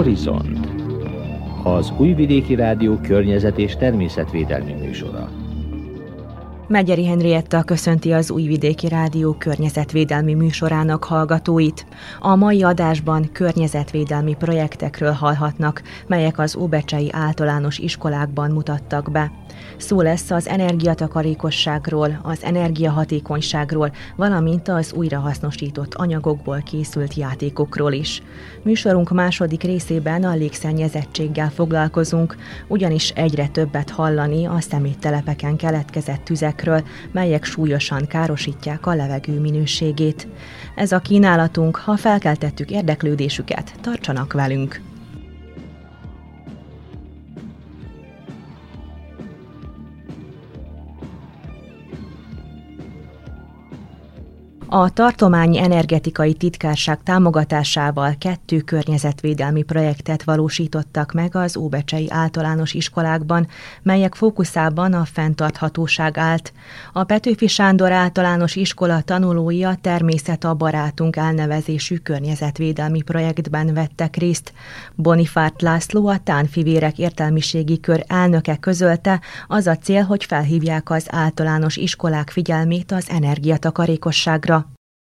Horizont, az Újvidéki Rádió környezet- és természetvédelmi műsora. Megyeri Henrietta köszönti az Újvidéki Rádió környezetvédelmi műsorának hallgatóit. A mai adásban környezetvédelmi projektekről hallhatnak, melyek az óbecsei általános iskolákban mutattak be. Szó lesz az energiatakarékosságról, az energiahatékonyságról, valamint az újrahasznosított anyagokból készült játékokról is. Műsorunk második részében a légszennyezettséggel foglalkozunk, ugyanis egyre többet hallani a szeméttelepeken keletkezett tüzekről, melyek súlyosan károsítják a levegő minőségét. Ez a kínálatunk, ha felkeltettük érdeklődésüket, tartsanak velünk! A Tartományi Energetikai Titkárság támogatásával 2 környezetvédelmi projektet valósítottak meg az óbecsei általános iskolákban, melyek fókuszában a fenntarthatóság állt. A Petőfi Sándor általános iskola tanulói a Természet a barátunk elnevezésű környezetvédelmi projektben vettek részt. Bonifárt László, a Tánfivérek értelmiségi kör elnöke közölte, az a cél, hogy felhívják az általános iskolák figyelmét az energiatakarékosságra.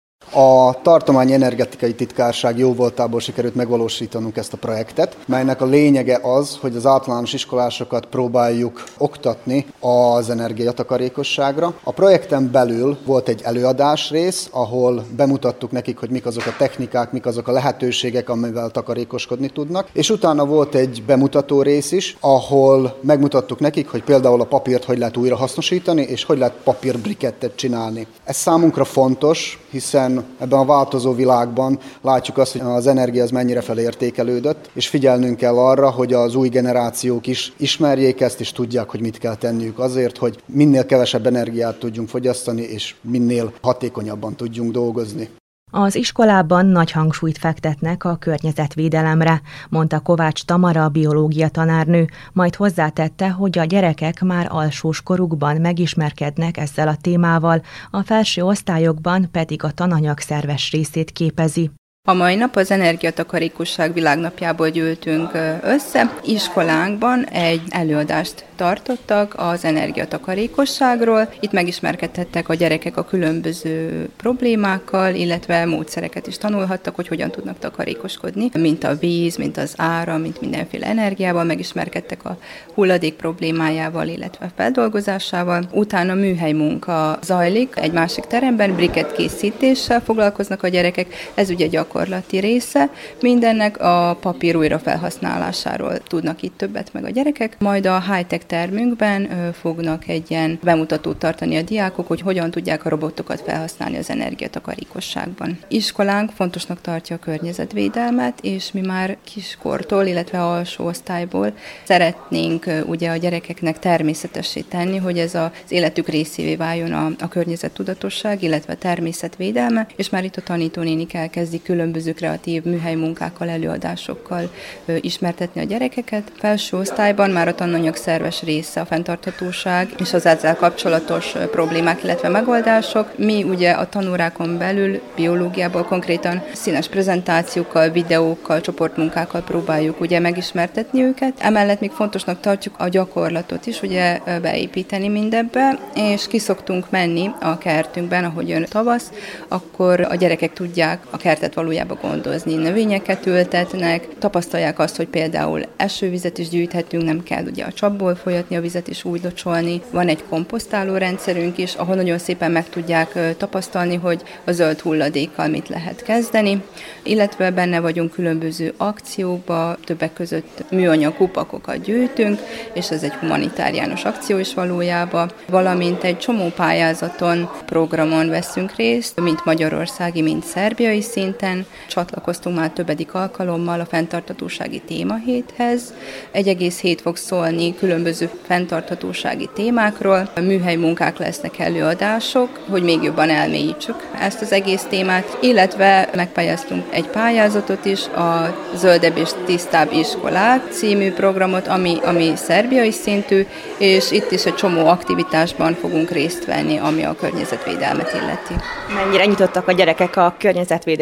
A Tartományi Energetikai Titkárság jóvoltából sikerült megvalósítanunk ezt a projektet, melynek a lényege az, hogy az általános iskolásokat próbáljuk oktatni az energiatakarékosságra. A projekten belül volt egy előadás rész, ahol bemutattuk nekik, hogy mik azok a technikák, mik azok a lehetőségek, amivel takarékoskodni tudnak, és utána volt egy bemutató rész is, ahol megmutattuk nekik, hogy például a papírt hogy lehet újra hasznosítani, és hogy lehet papírbrikettet csinálni. Ez számunkra fontos, hiszen ebben a változó világban látjuk azt, hogy az energia az mennyire felértékelődött, és figyelnünk kell arra, hogy az új generációk is ismerjék ezt, és tudják, hogy mit kell tenniük azért, hogy minél kevesebb energiát tudjunk fogyasztani, és minél hatékonyabban tudjunk dolgozni. Az iskolában nagy hangsúlyt fektetnek a környezetvédelemre, mondta Kovács Tamara, biológia tanárnő, majd hozzátette, hogy a gyerekek már alsós korukban megismerkednek ezzel a témával, a felső osztályokban pedig a tananyag szerves részét képezi. A mai nap az energiatakarékosság világnapjából gyűltünk össze. Iskolánkban egy előadást tartottak az energiatakarékosságról. Itt megismerkedhettek a gyerekek a különböző problémákkal, illetve módszereket is tanulhattak, hogy hogyan tudnak takarékoskodni, mint a víz, mint az áram, mint mindenféle energiával, megismerkedtek a hulladék problémájával, illetve feldolgozásával. Utána műhely munka zajlik egy másik teremben, brikett készítéssel foglalkoznak a gyerekek, ez ugye gyakorlati része. Mindennek a papír újrafelhasználásáról tudnak itt többet meg a gyerekek, majd a high-tech termünkben fognak egy ilyen bemutatót tartani a diákok, hogy hogyan tudják a robotokat felhasználni az energiatakarékosságban. Iskolánk fontosnak tartja a környezetvédelmet, és mi már kiskortól, illetve alsó osztályból szeretnénk ugye a gyerekeknek természetessé tenni, hogy ez az életük részévé váljon a környezettudatosság, illetve a természetvédelme, és már itt a tanítónénik elkezdik különböző kreatív műhelymunkákkal, előadásokkal ismertetni a gyerekeket. Felső osztályban már a tananyag szerves része a fenntarthatóság és az ezzel kapcsolatos problémák, illetve megoldások. Mi ugye a tanórákon belül biológiából konkrétan színes prezentációkkal, videókkal, csoportmunkákkal próbáljuk ugye megismertetni őket. Emellett még fontosnak tartjuk a gyakorlatot is ugye beépíteni mindebbe, és ki szoktunk menni a kertünkben, ahogy jön tavasz, akkor a gyerekek tudják a kertet valójában gondozni. Növényeket ültetnek, tapasztalják azt, hogy például esővizet is gyűjthetünk, nem kell ugye a csapból folyatni a vizet és úgy locsolni. Van egy komposztáló rendszerünk is, ahol nagyon szépen meg tudják tapasztalni, hogy a zöld hulladékkal mit lehet kezdeni, illetve benne vagyunk különböző akciókba, többek között műanyag kupakokat gyűjtünk, és ez egy humanitáriánus akció is valójában, valamint egy csomó pályázaton, programon veszünk részt, mint magyarországi, mint szerbiai szinten. Csatlakoztunk már többedik alkalommal a fenntarthatósági témahéthez. 1,7 fog szólni különböző fenntarthatósági témákról. A műhely munkák lesznek, előadások, hogy még jobban elmélyítsük ezt az egész témát, illetve megpályáztunk egy pályázatot is, a Zöldebb és Tisztább Iskolák című programot, ami szerbiai szintű, és itt is egy csomó aktivitásban fogunk részt venni, ami a környezetvédelmet illeti. Mennyire nyitottak a gyerekek a környezetvédelem iránt?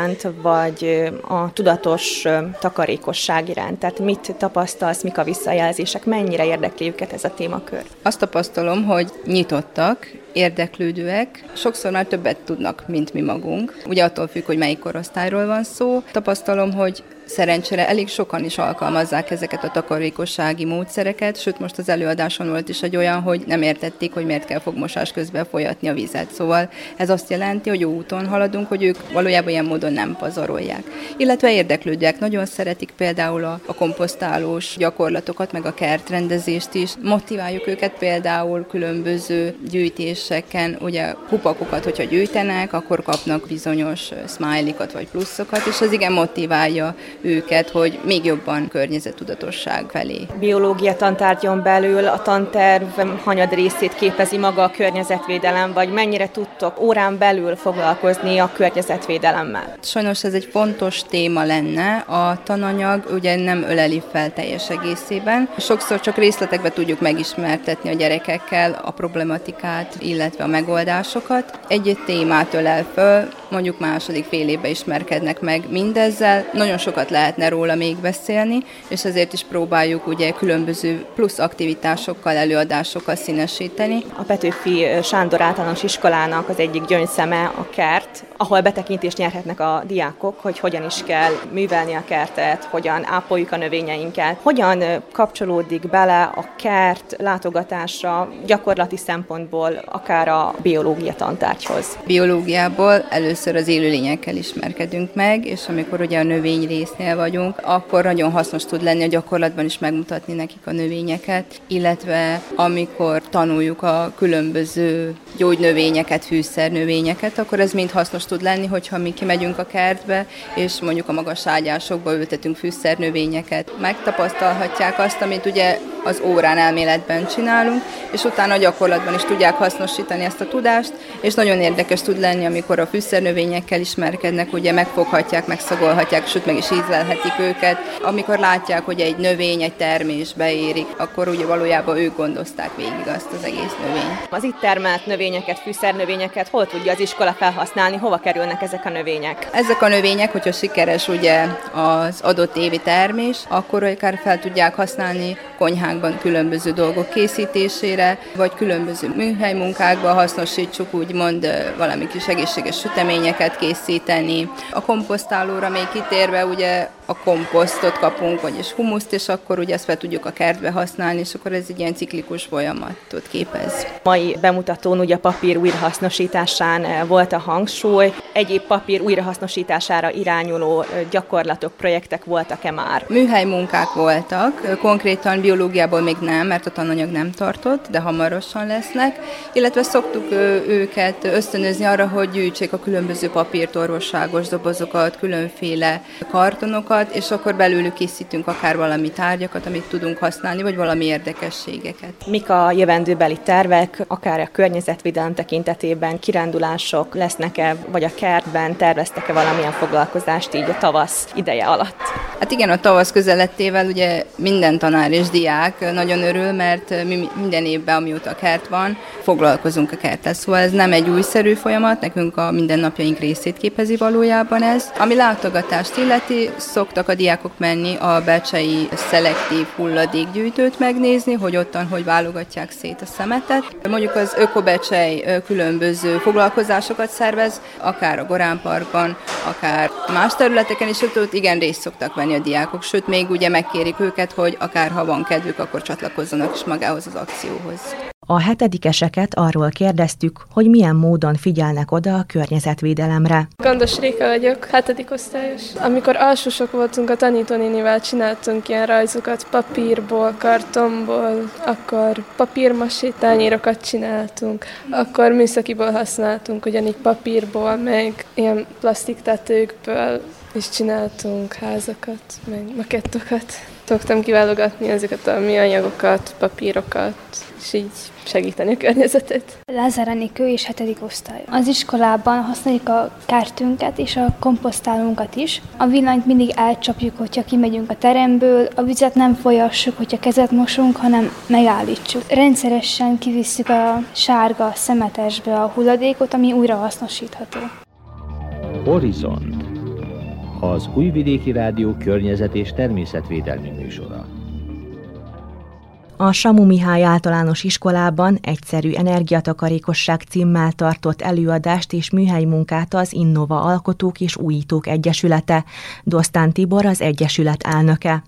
iránt, vagy a tudatos takarékosság iránt? Tehát mit tapasztalsz, mik a visszajelzések, mennyire érdekli őket ez a témakör? Azt tapasztalom, hogy nyitottak, érdeklődőek, sokszor már többet tudnak, mint mi magunk. Ugye attól függ, hogy melyik korosztályról van szó. Tapasztalom, hogy szerencsére elég sokan is alkalmazzák ezeket a takarékossági módszereket, sőt most az előadáson volt is egy olyan, hogy nem értették, hogy miért kell fogmosás közben folyatni a vizet. Szóval ez azt jelenti, hogy jó úton haladunk, hogy ők valójában ilyen módon nem pazarolják. Illetve érdeklődőek, nagyon szeretik például a komposztálós gyakorlatokat, meg a kertrendezést is. Motiváljuk őket például különböző gyűjtéseken, ugye kupakokat, hogyha gyűjtenek, akkor kapnak bizonyos smiley-kat vagy pluszokat, és az igen motiválja őket, hogy még jobban környezettudatosság felé. Biológia tantárgyon belül a tanterv hanyad részét képezi maga a környezetvédelem, vagy mennyire tudtok órán belül foglalkozni a környezetvédelemmel? Sajnos ez egy fontos téma lenne. A tananyag ugye nem öleli fel teljes egészében. Sokszor csak részletekben tudjuk megismertetni a gyerekekkel a problematikát, illetve a megoldásokat. Egy témát ölel föl, mondjuk második fél évben ismerkednek meg mindezzel. Nagyon sokat lehetne róla még beszélni, és ezért is próbáljuk ugye különböző plusz aktivitásokkal, előadásokkal színesíteni. A Petőfi Sándor általános iskolának az egyik gyöngyszeme a kert, ahol betekintést nyerhetnek a diákok, hogy hogyan is kell művelni a kertet, hogyan ápoljuk a növényeinket, hogyan kapcsolódik bele a kert látogatása gyakorlati szempontból akár a biológia tantárgyhoz. Biológiából először az élőlényekkel ismerkedünk meg, és amikor ugye a növény résznél vagyunk, akkor nagyon hasznos tud lenni a gyakorlatban is megmutatni nekik a növényeket, illetve amikor tanuljuk a különböző gyógynövényeket, fűszernövényeket, akkor ez mind hasznos tud lenni, hogyha mi kimegyünk a kertbe, és mondjuk a magas ágyásokba ültetünk fűszernövényeket. Megtapasztalhatják azt, amit ugye az órán elméletben csinálunk, és utána a gyakorlatban is tudják hasznosítani ezt a tudást, és nagyon érdekes tud lenni, amikor a fűszernövényekkel ismerkednek, ugye megfoghatják, megszagolhatják, sőt meg is ízlelhetik őket. Amikor látják, hogy egy növény, egy termés beérik, akkor ugye valójában ők gondozták végig azt az egész növényt. Az itt termelt növényeket, fűszernövényeket hol tudja az iskola felhasználni, hova kerülnek ezek a növények? Ezek a növények, hogyha sikeres ugye az adott évi termés, akkor akár fel tudják használni konyhánkban különböző dolgok készítésére, vagy különböző műhelymunkákban hasznosítsuk, úgymond valami kis egészséges süteményeket készíteni. A komposztálóra még kitérve ugye a komposztot kapunk, vagyis humuszt, és akkor ugye ezt fel tudjuk a kertbe használni, és akkor ez egy ilyen ciklikus folyamatot képez. Mai bemutatón ugye a papír újrahasznosításán volt a hangsúly. Egyéb papír újrahasznosítására irányuló gyakorlatok, projektek voltak-e már? Műhelymunkák voltak, konkrétan biológiából még nem, mert a tananyag nem tartott, de hamarosan lesznek, illetve szoktuk őket ösztönözni arra, hogy gyűjtsék a különböző papírt, orvosságos dobozokat, különféle kartonokat, és akkor belőlük készítünk akár valami tárgyakat, amit tudunk használni, vagy valami érdekességeket. Mik a jövendőbeli tervek, akár a környezetvédelem tekintetében, kirándulások lesznek-e, vagy a kertben terveztek-e valamilyen foglalkozást így a tavasz ideje alatt? Hát igen, a tavasz közelettével ugye minden tanár és diák nagyon örül, mert mi minden évben, amióta a kert van, foglalkozunk a kerttel. Szóval ez nem egy újszerű folyamat, nekünk a mindennapjaink részét képezi valójában ez. Ami látogatást illeti, szoktak a diákok menni a becsei szelektív hulladékgyűjtőt megnézni, hogy ottan hogy válogatják szét a szemetet. Mondjuk az Ökobecsei különböző foglalkozásokat szervez, akár a Gorán Parkban, akár más területeken, és ott igen részt szoktak venni a diákok, sőt még ugye megkérik őket, hogy akár ha van kedvük, akkor csatlakozzanak is magához az akcióhoz. A hetedikeseket arról kérdeztük, hogy milyen módon figyelnek oda a környezetvédelemre. Gandos Réka vagyok, 7. osztályos. Amikor alsósok voltunk, a tanítónénivel csináltunk ilyen rajzokat papírból, kartonból, akkor papírmasé tányérokat csináltunk, akkor műszakiból használtunk, ugyanígy papírból, meg ilyen plastiktetőkből is csináltunk házakat, meg makettokat. Szoktam kiválogatni ezeket a műanyagokat, papírokat, és így segíteni a környezetet. Lázár Enikő és 7. osztály. Az iskolában használjuk a kertünket és a komposztálónkat is. A villanyt mindig elcsapjuk, hogyha kimegyünk a teremből, a vizet nem folyassuk, hogyha kezet mosunk, hanem megállítsuk. Rendszeresen kivisszük a sárga szemetesbe a hulladékot, ami újra hasznosítható. Horizont. az Újvidéki Rádió környezet- és természetvédelmi műsora. A Samu Mihály Általános Iskolában egyszerű energiatakarékosság címmel tartott előadást és műhelymunkát az Innova Alkotók és Újítók Egyesülete. Dosztán Tibor az egyesület elnöke.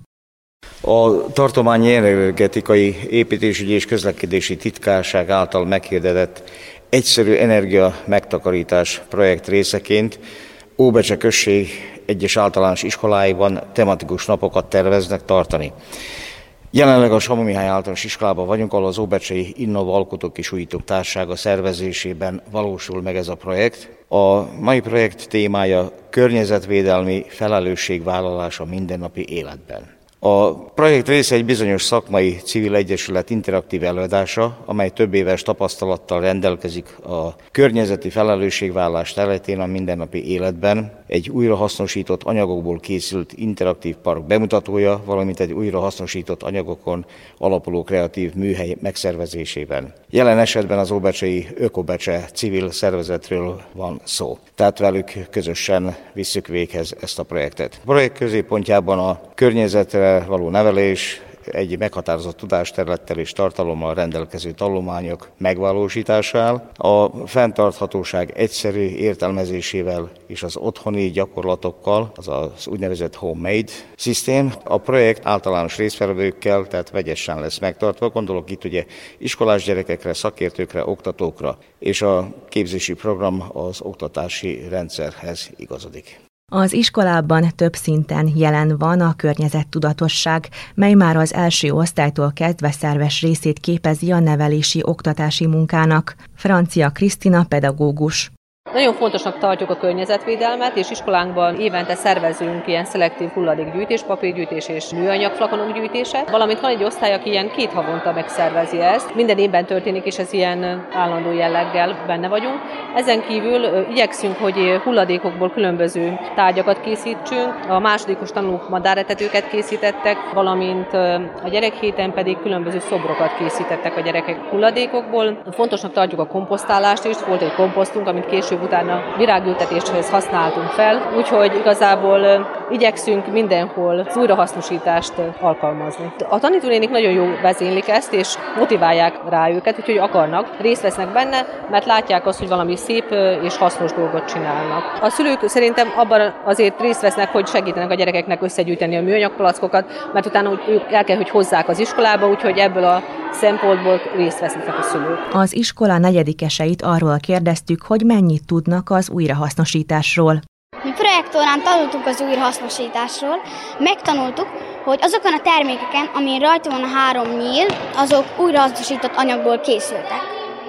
A Tartományi Energetikai Építésügyi és Közlekedési Titkárság által meghirdetett egyszerű energia megtakarítás projekt részeként Óbecse község egyes általános iskoláiban tematikus napokat terveznek tartani. Jelenleg a Samu Mihály Általános Iskolában vagyunk, ahol az Óbecsei Innova Alkotók és Újítók Társasága szervezésében valósul meg ez a projekt. A mai projekt témája környezetvédelmi felelősségvállalás a mindennapi életben. A projekt része egy bizonyos szakmai civil egyesület interaktív előadása, amely több éves tapasztalattal rendelkezik a környezeti felelősségvállalás területén a mindennapi életben, egy újrahasznosított anyagokból készült interaktív park bemutatója, valamint egy újrahasznosított anyagokon alapuló kreatív műhely megszervezésében. Jelen esetben az óbecsei Ökobecse civil szervezetről van szó. Tehát velük közösen visszük véghez ezt a projektet. A projekt középpontjában a környezetre való nevelés, egy meghatározott tudásterülettel és tartalommal rendelkező tanulmányok megvalósításával, a fenntarthatóság egyszerű értelmezésével és az otthoni gyakorlatokkal, az úgynevezett homemade system. A projekt általános résztvevőkkel, tehát vegyesen lesz megtartva, gondolok itt ugye iskolás gyerekekre, szakértőkre, oktatókra, és a képzési program az oktatási rendszerhez igazodik. Az iskolában több szinten jelen van a környezettudatosság, mely már az első osztálytól kezdve szerves részét képezi a nevelési-oktatási munkának. Francia Krisztina pedagógus. Nagyon fontosnak tartjuk a környezetvédelmet, és iskolánkban évente szervezünk ilyen szelektív hulladékgyűjtés, papírgyűjtés és műanyagflakonok gyűjtése, valamint van egy osztály, aki ilyen 2 havonta megszervezi ezt. Minden évben történik, és ez ilyen állandó jelleggel benne vagyunk. Ezen kívül igyekszünk, hogy hulladékokból különböző tárgyakat készítsünk. A másodikos tanulók madáretetőket készítettek, valamint a gyerekhéten pedig különböző szobrokat készítettek a gyerekek hulladékokból. Fontosnak tartjuk a komposztálást is, volt egy komposztunk, amit később utána virágültetéshez használtunk fel, úgyhogy igazából igyekszünk mindenhol az újrahasznosítást alkalmazni. A tanítónénik nagyon jó vezénylik ezt, és motiválják rá őket, úgyhogy akarnak, részt vesznek benne, mert látják azt, hogy valami szép és hasznos dolgot csinálnak. A szülők szerintem abban azért részt vesznek, hogy segítenek a gyerekeknek összegyűjteni a műanyagpalackokat, mert utána ők el kell, hogy hozzák az iskolába, úgyhogy ebből a szempontból részt vesznek a szülők. Az iskola negyedikeseit arról kérdeztük, hogy mennyit tudnak az újrahasznosításról. Mi projekt során tanultunk az újrahasznosításról, megtanultuk, hogy azokon a termékeken, amin rajta van a 3 nyíl, azok újrahasznosított anyagból készültek.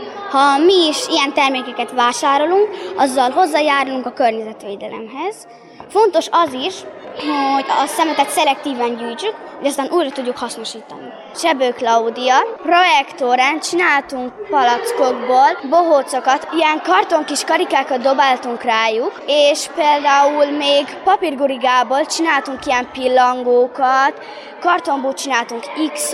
Ha mi is ilyen termékeket vásárolunk, azzal hozzájárulunk a környezetvédelemhez. Fontos az is, hogy a szemetet szelektíven gyűjtsük, hogy aztán újra tudjuk hasznosítani. Sebő Klaudia, projektórán csináltunk palackokból bohócokat, ilyen kartonkis karikákat dobáltunk rájuk, és például még papírgurigából csináltunk ilyen pillangókat, kartonból csináltunk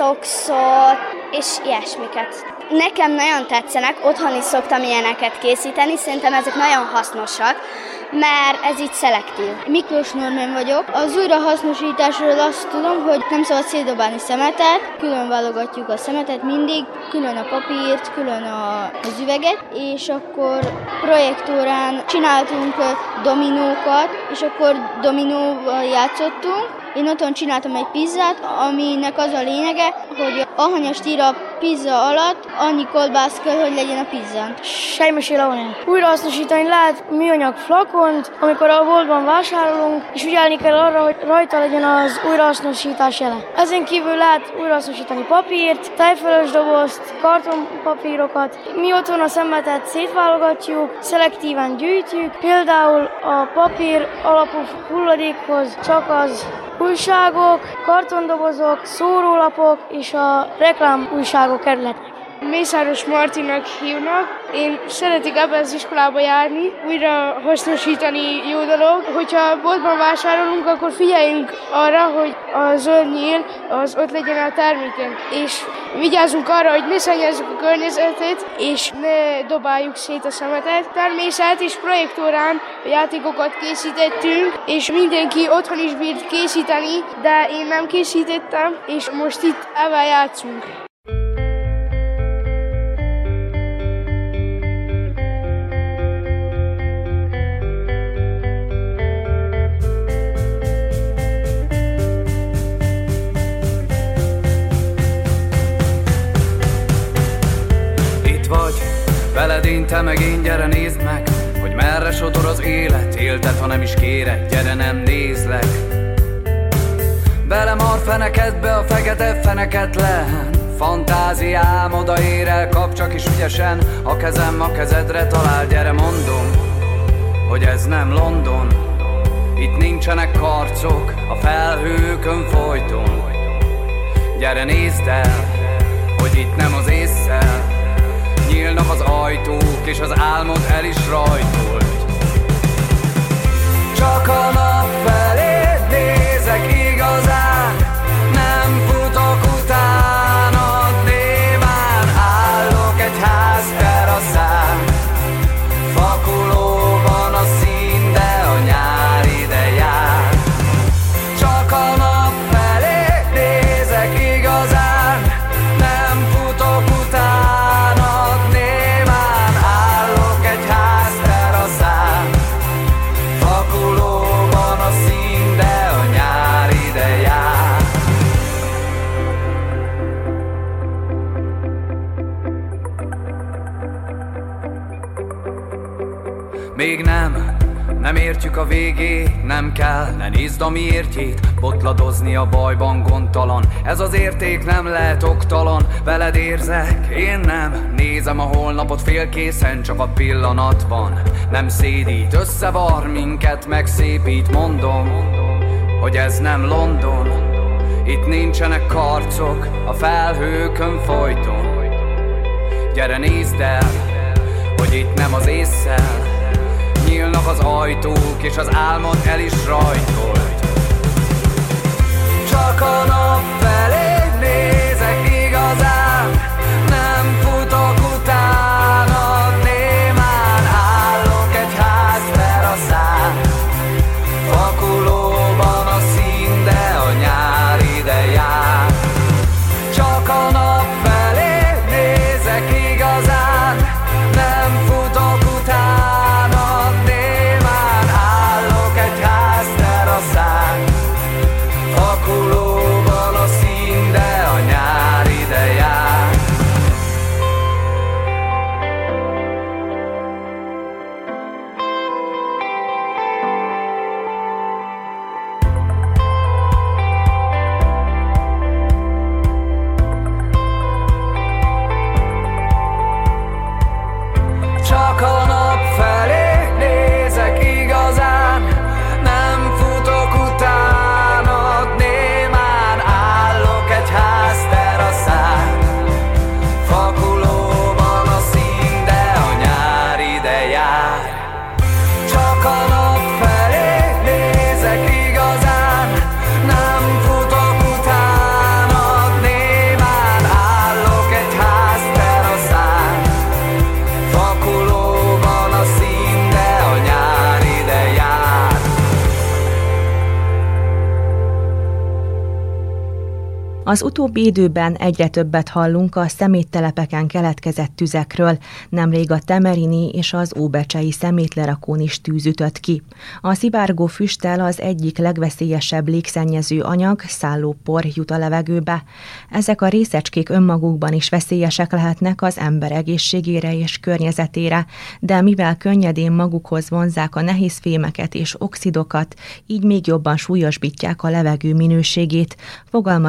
X-oxot, és ilyesmiket. Nekem nagyon tetszenek, otthon is szoktam ilyeneket készíteni, szerintem ezek nagyon hasznosak, mert ez így szelektív. Miklós Normén vagyok. Az újrahasznosításról azt tudom, hogy nem szabad szétdobálni szemetet, külön válogatjuk a szemetet mindig, külön a papírt, külön az üveget, és akkor projektórán csináltunk dominókat, és akkor dominóval játszottunk. Én otthon csináltam egy pizzát, aminek az a lényege, hogy ahanyast ír a pizza alatt, annyi kolbász kell, hogy legyen a pizzán. Sejmesi Leonel. Újrahasznosítani lehet műanyag flakont, amikor a boltban vásárolunk, és figyelni kell arra, hogy rajta legyen az újrahasznosítás jele. Ezen kívül lehet újrahasznosítani papírt, tejfölös dobozt, kartonpapírokat. Mi otthon a szemetet szétválogatjuk, szelektíven gyűjtjük, például a papír alapú hulladékhoz csak az újságok, kartondobozok, szórólapok és a reklám újságok kerülhetnek. Mészáros Martinnak hívnak. Én szeretik ebben az iskolába járni, újra hasznosítani jó dolog. Hogyha boltban vásárolunk, akkor figyeljünk arra, hogy a zöld nyíl az ott legyen a terméken. És vigyázzunk arra, hogy ne szennyezzük a környezetet, és ne dobáljuk szét a szemetet. Természet és projektórán játékokat készítettünk, és mindenki otthon is bírt készíteni, de én nem készítettem, és most itt ebben játszunk. Veled én, te meg én, gyere nézd meg, hogy merre sodor az élet. Élted, ha nem is kérek, gyere nem nézlek. Belemar fenekedbe a fekete feneketlen fantáziám, odaér el, kap csak is ügyesen, a kezem a kezedre talál. Gyere mondom, hogy ez nem London, itt nincsenek karcok a felhőkön folyton. Gyere nézd el, hogy itt nem az ésszel nyílnak az ajtók, és az álmod el is rajtolt. Csak a nap felé nézek igazán, nem futok utánad, némán állok egy ház teraszán. Fakulóban a szín, de a nyár ide jár. Csak a nap felé nézek igazán, nem futok utánad, némán állok egy ház teraszán. Fakulóban a szín, de a nyár ide jár. Még nem értjük a végét, nem kell, ne nézd a miértjét. Botladozni a bajban gondtalan, ez az érték nem lehet oktalan. Veled érzek, én nem, nézem a holnapot félkészen, csak a pillanat van. Nem szédít, összevar minket, megszépít, mondom, hogy ez nem London, itt nincsenek karcok a felhőkön folyton. Gyere nézd el, hogy itt nem az ésszel nyílnak az ajtók, és az álmod el is rajtolt. Csak a nap felé nézek igazán, nem futok utánad, némán állok egy ház teraszán. Fakulóban a szín, de a nyár ide jár. Csak a nap felé nézek igazán, nem futok utánad, némán állok egy ház teraszán. Fakulóban a szín, de a nyár ide jár. Csak a nap felé nézek igazán, nem futok utánad, némán állok egy ház teraszán. Fakulóban a szín, de a nyár ide jár. Csak a nap felé nézek igazán, nem futok utánad, némán állok egy ház teraszán. Fakulóban a szín, de a nyár ide jár. Az utóbbi időben egyre többet hallunk a szeméttelepeken keletkezett tüzekről. Nemrég a temerini és az óbecsei szemétlerakón is tűz ütött ki. A szivárgó füsttel az egyik legveszélyesebb légszennyező anyag, szállópor jut a levegőbe. Ezek a részecskék önmagukban is veszélyesek lehetnek az ember egészségére és környezetére, de mivel könnyedén magukhoz vonzzák a nehéz fémeket és oxidokat, így még jobban súlyosbítják a levegő minőségét, fogalmazott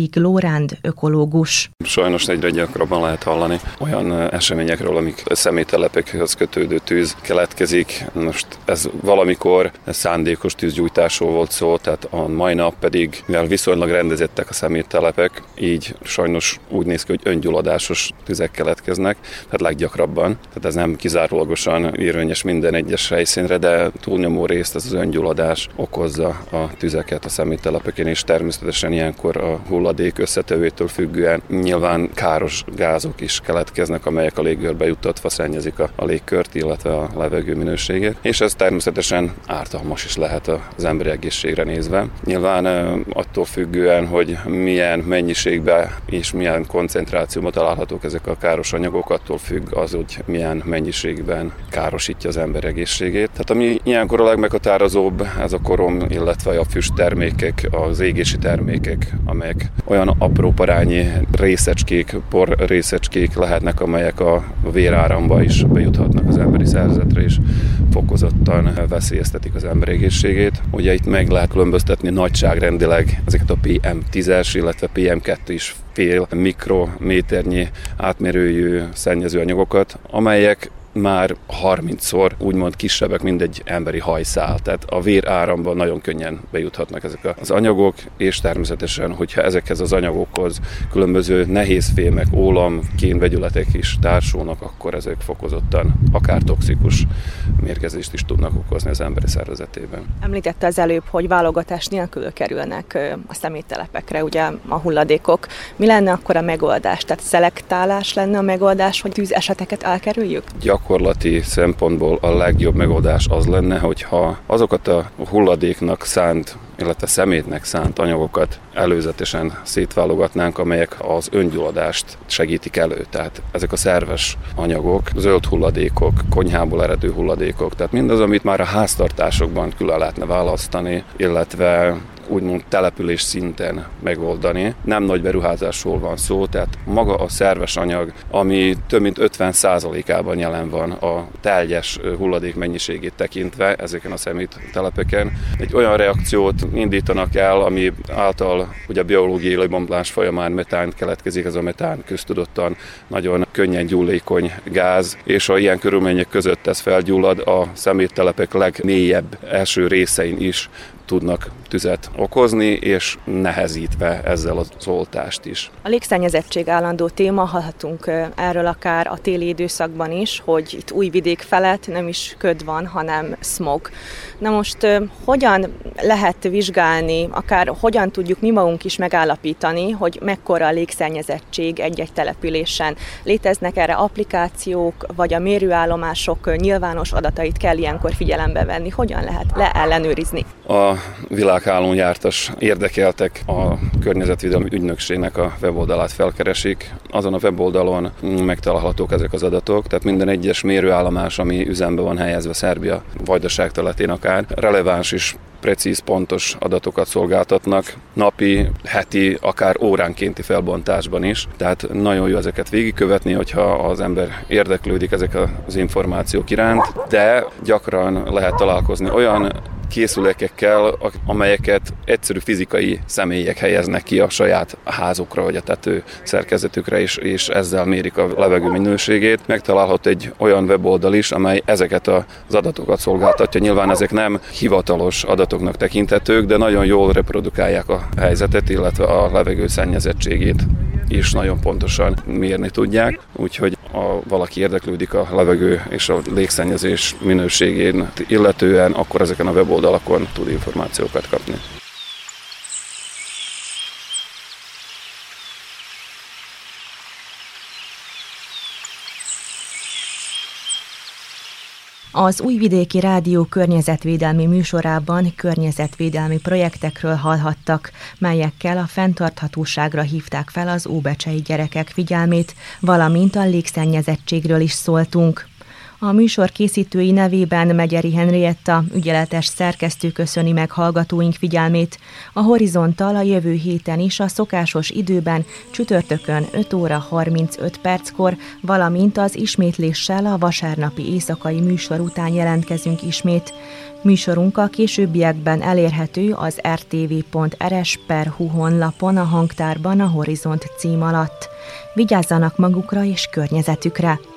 Víg Lóránd ökológus. Sajnos egyre gyakrabban lehet hallani olyan eseményekről, amik személytelepekhez kötődő tűz keletkezik. Most ez valamikor szándékos tűzgyújtásról volt szó, tehát a mai nap pedig, mivel viszonylag rendezettek a személytelepek, így sajnos úgy néz ki, hogy öngyulladásos tüzek keletkeznek, tehát leggyakrabban. Tehát ez nem kizárólagosan érvényes minden egyes helyszínre, de túlnyomó részt ez az öngyulladás okozza a tüzeket a személytelepeken, és természetesen ilyenkor a hulladék összetevőtől függően nyilván káros gázok is keletkeznek, amelyek a légkörbe juttatva szennyezik a légkört, illetve a levegő minőségét, és ez természetesen ártalmas is lehet az emberi egészségre nézve. Nyilván attól függően, hogy milyen mennyiségben és milyen koncentrációban találhatók ezek a káros anyagok, attól függ az, hogy milyen mennyiségben károsítja az ember egészségét. Tehát ami ilyenkor a legmeghatározóbb, ez a korom, illetve a füsttermékek, az égési termékek, amelyek olyan apró parányi részecskék, por részecskék lehetnek, amelyek a véráramba is bejuthatnak az emberi szervezetre, és fokozottan veszélyeztetik az ember egészségét. Ugye itt meg lehet különböztetni nagyságrendileg ezeket a PM10-es, illetve PM2 is fél mikrométernyi átmérőjű szennyező anyagokat, amelyek már 30-szor úgymond kisebbek, mint egy emberi hajszál. Tehát a véráramban nagyon könnyen bejuthatnak ezek az anyagok, és természetesen, hogyha ezekhez az anyagokhoz különböző nehézfémek, ólom, kénvegyületek is társulnak, akkor ezek fokozottan akár toxikus mérgezést is tudnak okozni az emberi szervezetében. Említette az előbb, hogy válogatás nélkül kerülnek a szeméttelepekre ugye a hulladékok. Mi lenne akkor a megoldás? Tehát szelektálás lenne a megoldás, hogy tűzeseteket elkerüljük? Gyakorlati szempontból a legjobb megoldás az lenne, hogyha azokat a hulladéknak szánt, illetve szemétnek szánt anyagokat előzetesen szétválogatnánk, amelyek az öngyulladást segítik elő. Tehát ezek a szerves anyagok, zöld hulladékok, konyhából eredő hulladékok, tehát mindaz, amit már a háztartásokban külön lehetne választani, illetve úgymond település szinten megoldani. Nem nagy beruházásról van szó, tehát maga a szerves anyag, ami több mint 50%-ában jelen van a teljes hulladék mennyiségét tekintve ezeken a szeméttelepeken. Egy olyan reakciót indítanak el, ami által ugye a biológiai lebomlás folyamán metán keletkezik, ez a metán köztudottan nagyon könnyen gyullékony gáz, és ha ilyen körülmények között ez felgyullad, a szeméttelepek legmélyebb első részein is tudnak tüzet okozni, és nehezítve ezzel az oltást is. A légszennyezettség állandó téma, hallhatunk erről akár a téli időszakban is, hogy itt Újvidék felett nem is köd van, hanem smog. Na most hogyan lehet vizsgálni, akár hogyan tudjuk mi magunk is megállapítani, hogy mekkora a légszennyezettség egy-egy településen? Léteznek erre applikációk, vagy a mérőállomások nyilvános adatait kell ilyenkor figyelembe venni? Hogyan lehet leellenőrizni? A világhálón jártas érdekeltek a Környezetvédelmi Ügynökségnek a weboldalát felkeresik. Azon a weboldalon megtalálhatók ezek az adatok, tehát minden egyes mérőállomás, ami üzembe van helyezve Szerbia vajdaság területén akár, releváns és precíz, pontos adatokat szolgáltatnak, napi, heti, akár óránkénti felbontásban is. Tehát nagyon jó ezeket végigkövetni, hogyha az ember érdeklődik ezek az információk iránt, de gyakran lehet találkozni olyan készülékekkel, amelyeket egyszerű fizikai személyek helyeznek ki a saját házukra, vagy a tető szerkezetükre, és ezzel mérik a levegő minőségét. Megtalálhat egy olyan weboldal is, amely ezeket az adatokat szolgáltatja. Nyilván ezek nem hivatalos adatoknak tekinthetők, de nagyon jól reprodukálják a helyzetet, illetve a levegő szennyezettségét is nagyon pontosan mérni tudják. Úgyhogy ha valaki érdeklődik a levegő és a légszennyezés minőségén illetően, akkor ezeken a weboldalakon tud információkat kapni. Az Újvidéki Rádió környezetvédelmi műsorában környezetvédelmi projektekről hallhattak, melyekkel a fenntarthatóságra hívták fel az óbecsei gyerekek figyelmét, valamint a légszennyezettségről is szóltunk. A műsor készítői nevében Megyeri Henrietta, ügyeletes szerkesztő köszöni meg hallgatóink figyelmét. A Horizonttal a jövő héten is a szokásos időben, csütörtökön 5 óra 35 perckor, valamint az ismétléssel a vasárnapi éjszakai műsor után jelentkezünk ismét. Műsorunk a későbbiekben elérhető az rtv.rs.hu honlapon, a hangtárban a Horizont cím alatt. Vigyázzanak magukra és környezetükre!